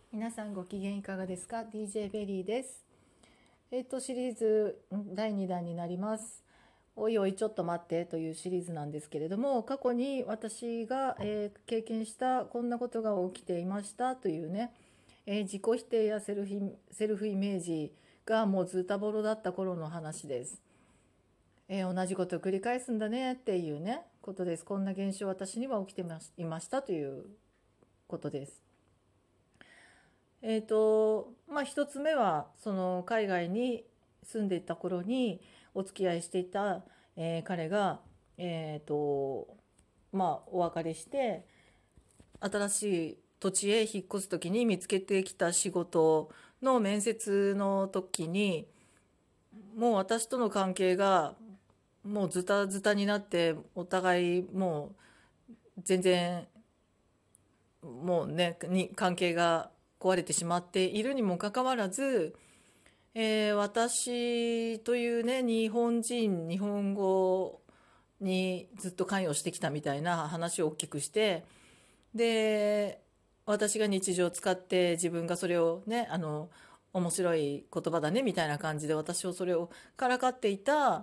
皆さんご機嫌いかがですか？ DJ ベリーです。シリーズ第2弾になります。おいおいちょっと待ってというシリーズなんですけれども、過去に私が、経験したこんなことが起きていましたというね、自己否定やセルフイメージがもうズタボロだった頃の話です。同じことを繰り返すんだねっていうねことです。こんな現象私には起きていましたということです。一つ目はその海外に住んでいた頃にお付き合いしていた、彼が、お別れして新しい土地へ引っ越す時に見つけてきた仕事の面接の時に、もう私との関係がもうズタズタになって、お互いもう全然もうねに関係が壊れてしまっているにもかかわらず、私というね日本語にずっと関与してきたみたいな話を大きくして、で私が日常使って自分がそれをね面白い言葉だねみたいな感じで私をそれをからかっていた、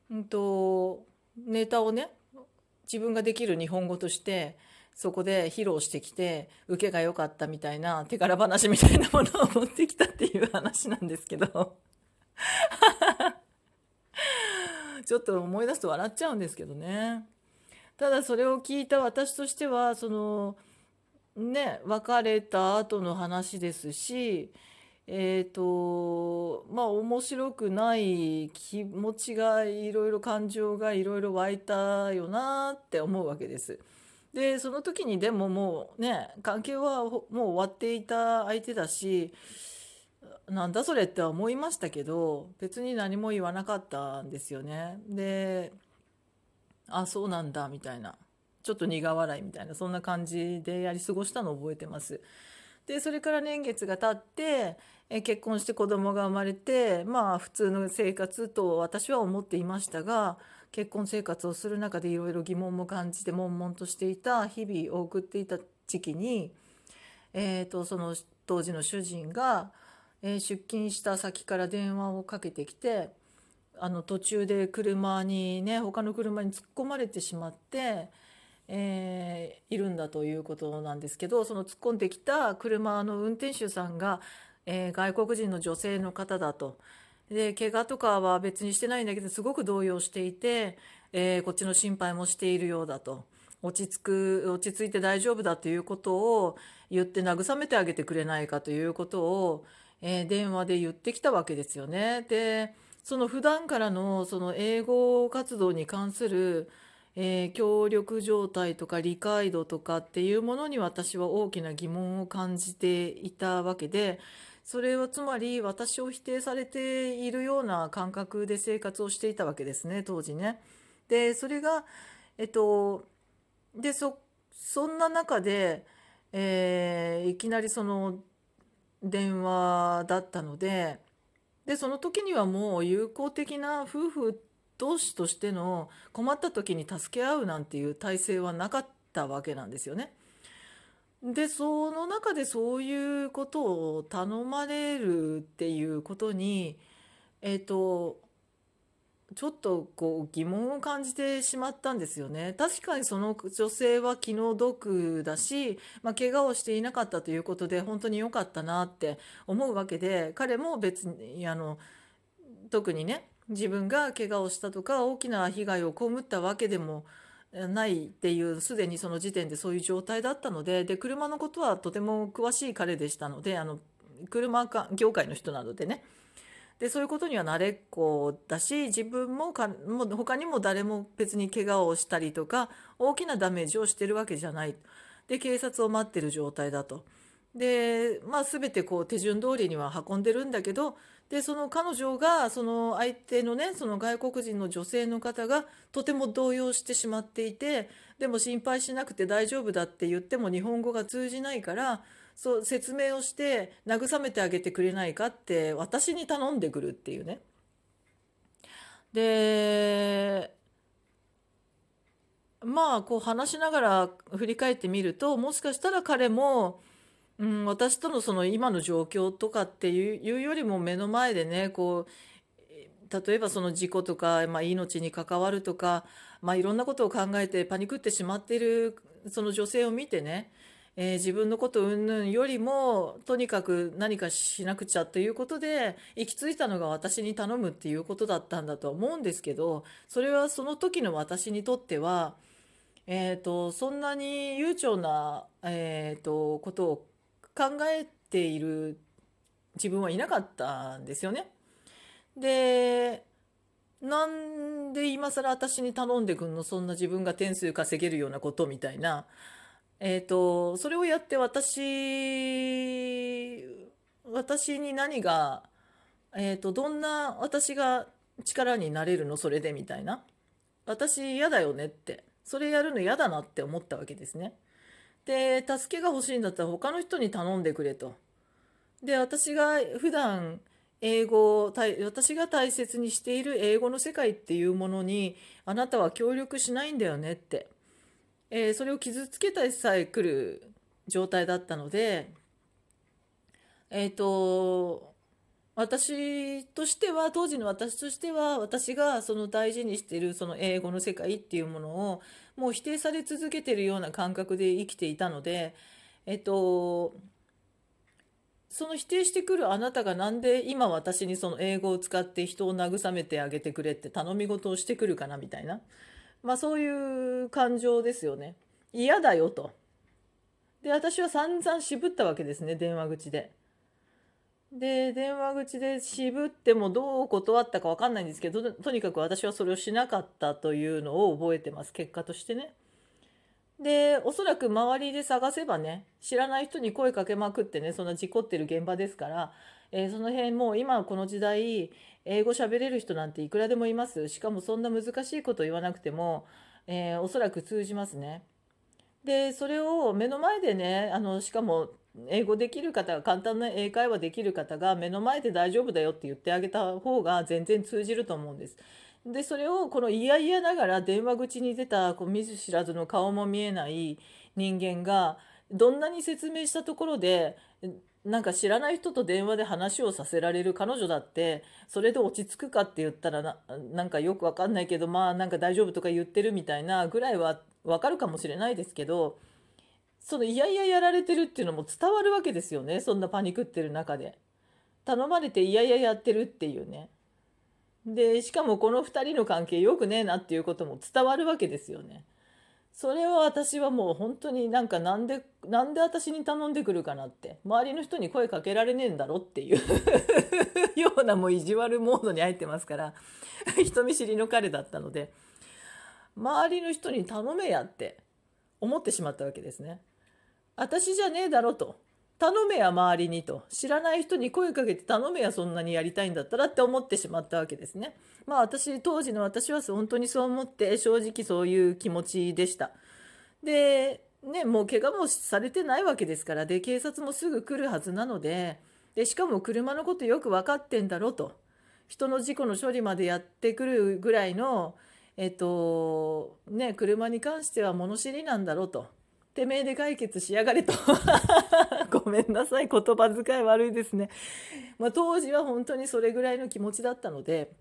ネタをね自分ができる日本語としてそこで披露してきて受けが良かったみたいな手柄話みたいなものを持ってきたっていう話なんですけど、ちょっと思い出すと笑っちゃうんですけどね。ただそれを聞いた私としてはそのね別れた後の話ですし、面白くない気持ちがいろいろ感情がいろいろ湧いたよなって思うわけです。でその時にでももうね関係はもう終わっていた相手だし、なんだそれって思いましたけど別に何も言わなかったんですよね。で、あ、そうなんだみたいな、ちょっと苦笑いみたいなそんな感じでやり過ごしたのを覚えてます。でそれから年月が経って結婚して子供が生まれて、まあ普通の生活と私は思っていましたが、結婚生活をする中でいろいろ疑問も感じて悶々としていた日々を送っていた時期に、その当時の主人が、出勤した先から電話をかけてきて、途中で車にね他の車に突っ込まれてしまって、いるんだということなんですけど、その突っ込んできた車の運転手さんが、外国人の女性の方だと。で怪我とかは別にしてないんだけどすごく動揺していて、こっちの心配もしているようだと。落ち着いて大丈夫だということを言って慰めてあげてくれないかということを、電話で言ってきたわけですよね。でその普段からのその英語活動に関する、協力状態とか理解度とかっていうものに私は大きな疑問を感じていたわけで、それはつまり私を否定されているような感覚で生活をしていたわけですね、当時ね。でそれがえっとでそんな中で、いきなりその電話だったので、その時にはもう友好的な夫婦同士としての困った時に助け合うなんていう体制はなかったわけなんですよね。でその中でそういうことを頼まれるっていうことに、えっとちょっとこう疑問を感じてしまったんですよね。確かにその女性は気の毒だし、怪我をしていなかったということで本当に良かったなって思うわけで、彼も別に特にね自分が怪我をしたとか大きな被害を被ったわけでもないっていう、すでにその時点でそういう状態だったので、車のことはとても詳しい彼でしたので、車業界の人なのでね。でそういうことには慣れっこだし、自分も他にも誰も別に怪我をしたりとか大きなダメージをしてるわけじゃない。で警察を待ってる状態だと。で全てこう手順通りには運んでるんだけど、でその彼女がその相手のねその外国人の女性の方がとても動揺してしまっていて、でも心配しなくて大丈夫だって言っても日本語が通じないから、そう説明をして慰めてあげてくれないかって私に頼んでくるっていうね。でこう話しながら振り返ってみると、もしかしたら彼もうん、私とのその今の状況とかっていうよりも目の前でね、こう、例えばその事故とか、命に関わるとか、いろんなことを考えてパニクってしまっているその女性を見てね、自分のこと云々よりもとにかく何かしなくちゃということで行き着いたのが私に頼むっていうことだったんだと思うんですけど、それはその時の私にとっては、そんなに悠長な、ことを考えている自分はいなかったんですよね。で、なんで今更私に頼んでくんの、そんな自分が点数稼げるようなことみたいな。それをやって私に何が、どんな私が力になれるのそれでみたいな。私嫌だよねって。それやるの嫌だなって思ったわけですね。で、助けが欲しいんだったら他の人に頼んでくれと。で、私が普段私が大切にしている英語の世界っていうものにあなたは協力しないんだよねって、それを傷つけたさえ来る状態だったので、えっと、当時の私としては、私がその大事にしているその英語の世界っていうものをもう否定され続けているような感覚で生きていたので、えっと、その否定してくるあなたがなんで今私にその英語を使って人を慰めてあげてくれって頼み事をしてくるかなみたいな。そういう感情ですよね。嫌だよと。で、私は散々渋ったわけですね、電話口で。で、電話口で渋ってもどう断ったかわかんないんですけど、とにかく私はそれをしなかったというのを覚えてます、結果としてね。で、おそらく周りで探せばね、知らない人に声かけまくってね、そんな事故ってる現場ですから、その辺もう今この時代、英語喋れる人なんていくらでもいます。しかもそんな難しいこと言わなくても、おそらく通じますね。で、それを目の前でね、しかも英語できる方が、簡単な英会話できる方が目の前で大丈夫だよって言ってあげた方が全然通じると思うんです。で、それをこの嫌々ながら電話口に出たこう見ず知らずの顔も見えない人間がどんなに説明したところで、なんか知らない人と電話で話をさせられる彼女だってそれで落ち着くかって言ったらなんかよくわかんないけど、なんか大丈夫とか言ってるみたいなぐらいはわかるかもしれないですけど、その嫌々やられてるっていうのも伝わるわけですよね、そんなパニクってる中で。頼まれて嫌々やってるっていうね。で、しかもこの2人の関係良くねえなっていうことも伝わるわけですよね。それは私はもう本当になんで私に頼んでくるかなって、周りの人に声かけられねえんだろっていうようなもう意地悪モードに入ってますから、人見知りの彼だったので、周りの人に頼めやって思ってしまったわけですね。私じゃねえだろと。頼めや周りにと。知らない人に声かけて頼めや、そんなにやりたいんだったらって思ってしまったわけですね。当時の私は本当にそう思って正直そういう気持ちでした。で、ね、もう怪我もされてないわけですから、で、警察もすぐ来るはずなので、しかも車のことよく分かってんだろと。人の事故の処理までやってくるぐらいの、車に関しては物知りなんだろうと。てめえで解決しやがれと。ごめんなさい、言葉遣い悪いですね。当時は本当にそれぐらいの気持ちだったので、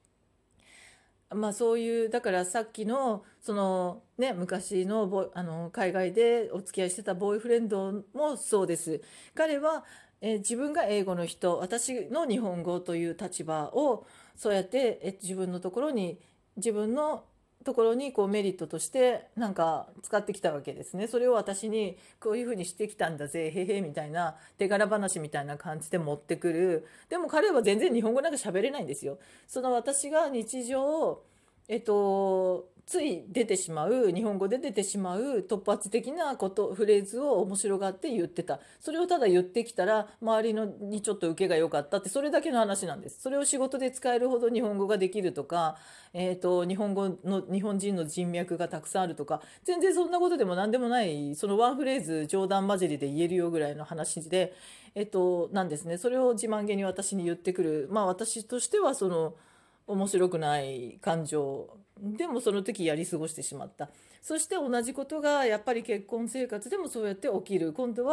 そういうだからさっきのそのね昔の海外でお付き合いしてたボーイフレンドもそうです。彼は、自分が英語の人、私の日本語という立場をそうやって、自分のところにこうメリットとしてなんか使ってきたわけですね。それを私にこういうふうにしてきたんだぜへへみたいな手柄話みたいな感じで持ってくる。でも彼は全然日本語なんか喋れないんですよ。その私が日常、つい出てしまう日本語で出てしまう突発的なフレーズを面白がって言ってた。それをただ言ってきたら周りのにちょっと受けが良かったって、それだけの話なんです。それを仕事で使えるほど日本語ができるとか、日本人の人脈がたくさんあるとか、全然そんなことでも何でもない、そのワンフレーズ冗談交じりで言えるよぐらいの話で、なんですね。それを自慢げに私に言ってくる。私としてはその面白くない感情でもその時やり過ごしてしまった。そして同じことがやっぱり結婚生活でもそうやって起きる。今度は、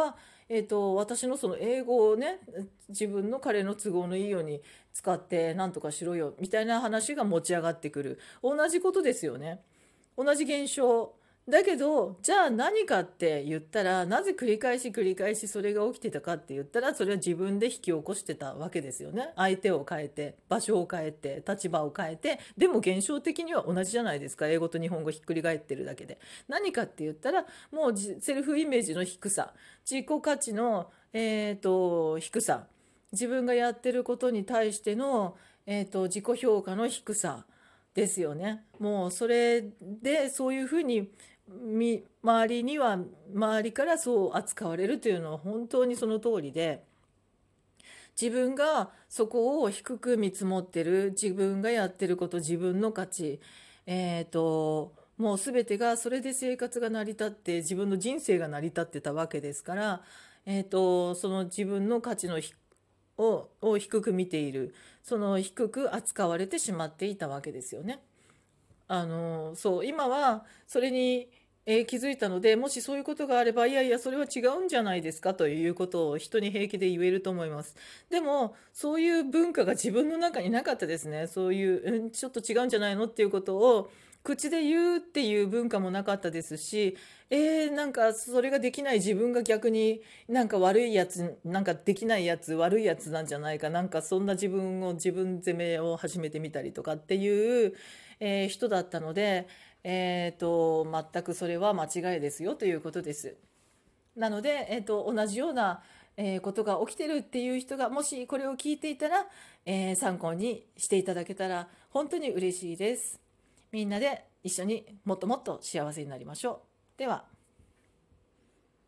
私のその英語をね、自分の彼の都合のいいように使ってなんとかしろよみたいな話が持ち上がってくる。同じことですよね。同じ現象。だけど、じゃあ何かって言ったら、なぜ繰り返しそれが起きてたかって言ったら、それは自分で引き起こしてたわけですよね。相手を変えて、場所を変えて、立場を変えて、でも現象的には同じじゃないですか。英語と日本語ひっくり返ってるだけで。何かって言ったら、もうセルフイメージの低さ、自己価値の、低さ、自分がやってることに対しての、自己評価の低さ、ですよね。もうそれでそういうふうに周りには周りからそう扱われるというのは本当にその通りで、自分がそこを低く見積もってる、自分がやってること、自分の価値、もう全てがそれで生活が成り立って自分の人生が成り立ってたわけですから、その自分の価値のを低く見ている、その低く扱われてしまっていたわけですよね。そう、今はそれに、気づいたので、もしそういうことがあれば、いやいや、それは違うんじゃないですかということを人に平気で言えると思います。でも、そういう文化が自分の中になかったですね。そういう、ちょっと違うんじゃないのっていうことを、口で言うっていう文化もなかったですし、なんかそれができない自分が逆になんか悪いやつ、なんかできないやつ、悪いやつなんじゃないか、なんかそんな自分責めを始めてみたりとかっていう、人だったので、全くそれは間違いですよということです。なので、同じような、ことが起きてるっていう人がもしこれを聞いていたら、参考にしていただけたら本当に嬉しいです。みんなで一緒にもっともっと幸せになりましょう。では。